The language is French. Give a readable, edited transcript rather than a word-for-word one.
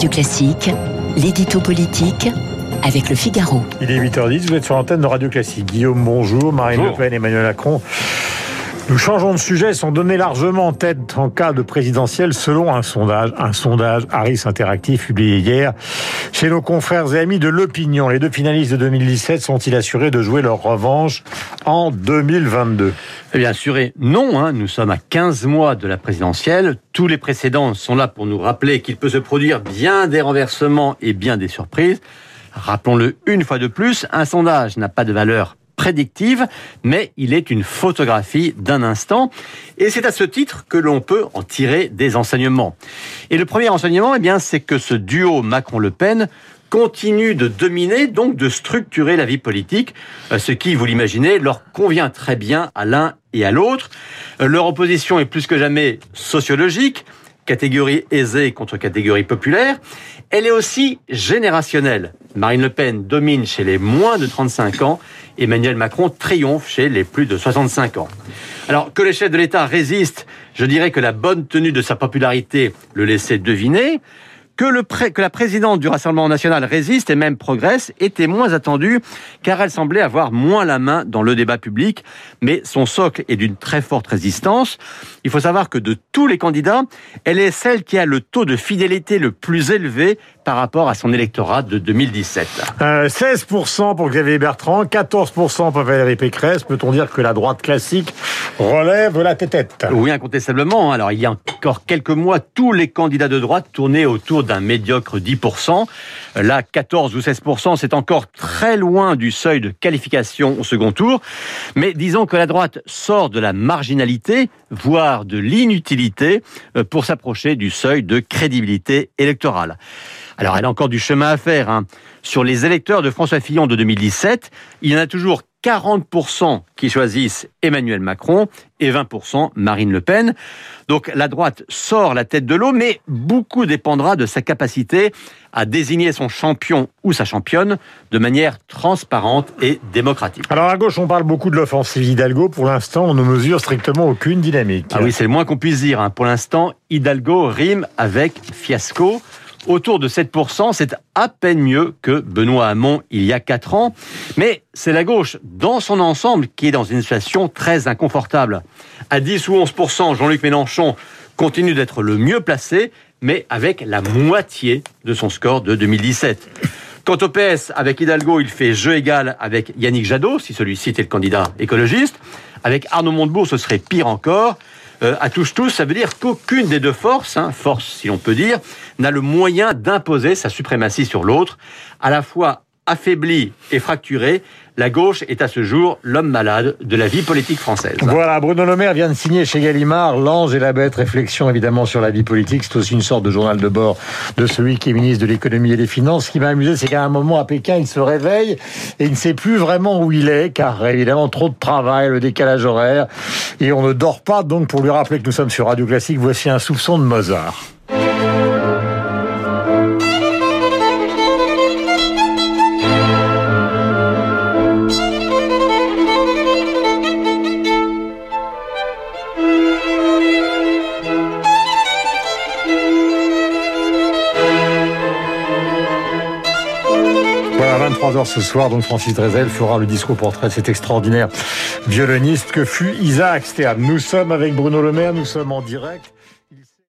Radio Classique, l'édito politique avec Le Figaro. Il est 8h10, vous êtes sur l'antenne de Radio Classique. Guillaume, bonjour. Marine Le Pen, Emmanuel Macron. Nous changeons de sujet, sont donnés largement en tête en cas de présidentielle selon un sondage Harris Interactive publié hier chez nos confrères et amis de l'opinion. Les deux finalistes de 2017 sont-ils assurés de jouer leur revanche en 2022 ? Eh bien, assurés, non. Nous sommes à 15 mois de la présidentielle. Tous les précédents sont là pour nous rappeler qu'il peut se produire bien des renversements et bien des surprises. Rappelons-le une fois de plus, un sondage n'a pas de valeur prédictive, mais il est une photographie d'un instant. Et c'est à ce titre que l'on peut en tirer des enseignements. Et le premier enseignement, c'est que ce duo Macron-Le Pen continue de dominer, donc de structurer la vie politique, ce qui, vous l'imaginez, leur convient très bien à l'un et à l'autre. Leur opposition est plus que jamais sociologique, catégorie aisée contre catégorie populaire. Elle est aussi générationnelle. Marine Le Pen domine chez les moins de 35 ans. Emmanuel Macron triomphe chez les plus de 65 ans. Alors, que les chefs de l'État résistent, je dirais que la bonne tenue de sa popularité le laissait deviner. Que la présidente du Rassemblement national résiste et même progresse était moins attendue, car elle semblait avoir moins la main dans le débat public, mais son socle est d'une très forte résistance. Il faut savoir que de tous les candidats, elle est celle qui a le taux de fidélité le plus élevé par rapport à son électorat de 2017. 16% pour Xavier Bertrand, 14% pour Valérie Pécresse. Peut-on dire que la droite classique relève la tête-tête ? Oui, incontestablement. Alors, il y a encore quelques mois, tous les candidats de droite tournaient autour d'un médiocre 10%. Là, 14 ou 16%, c'est encore très loin du seuil de qualification au second tour. Mais disons que la droite sort de la marginalité, voire de l'inutilité, pour s'approcher du seuil de crédibilité électorale. Alors, elle a encore du chemin à faire. Sur les électeurs de François Fillon de 2017, il y en a toujours 40% qui choisissent Emmanuel Macron et 20% Marine Le Pen. Donc la droite sort la tête de l'eau, mais beaucoup dépendra de sa capacité à désigner son champion ou sa championne de manière transparente et démocratique. Alors à gauche, on parle beaucoup de l'offensive Hidalgo. Pour l'instant, on ne mesure strictement aucune dynamique. Ah oui, c'est le moins qu'on puisse dire. Pour l'instant, Hidalgo rime avec fiasco. Autour de 7%, c'est à peine mieux que Benoît Hamon il y a 4 ans. Mais c'est la gauche, dans son ensemble, qui est dans une situation très inconfortable. À 10 ou 11%, Jean-Luc Mélenchon continue d'être le mieux placé, mais avec la moitié de son score de 2017. Quant au PS, avec Hidalgo, il fait jeu égal avec Yannick Jadot, si celui-ci était le candidat écologiste. Avec Arnaud Montebourg, ce serait pire encore. À touche-touche, ça veut dire qu'aucune des deux forces, force si l'on peut dire, n'a le moyen d'imposer sa suprématie sur l'autre. À la fois affaiblie et fracturée, la gauche est à ce jour l'homme malade de la vie politique française. Voilà, Bruno Le Maire vient de signer chez Gallimard L'Ange et la Bête, réflexion évidemment sur la vie politique. C'est aussi une sorte de journal de bord de celui qui est ministre de l'économie et des finances. Ce qui m'a amusé, c'est qu'à un moment à Pékin, il se réveille et il ne sait plus vraiment où il est, car évidemment trop de travail, le décalage horaire, et on ne dort pas. Donc pour lui rappeler que nous sommes sur Radio Classique, voici un soupçon de Mozart. Voilà, 23h ce soir, donc Francis Drezel fera le discours portrait de cet extraordinaire violoniste que fut Isaac Steab. Nous sommes avec Bruno Le Maire, nous sommes en direct.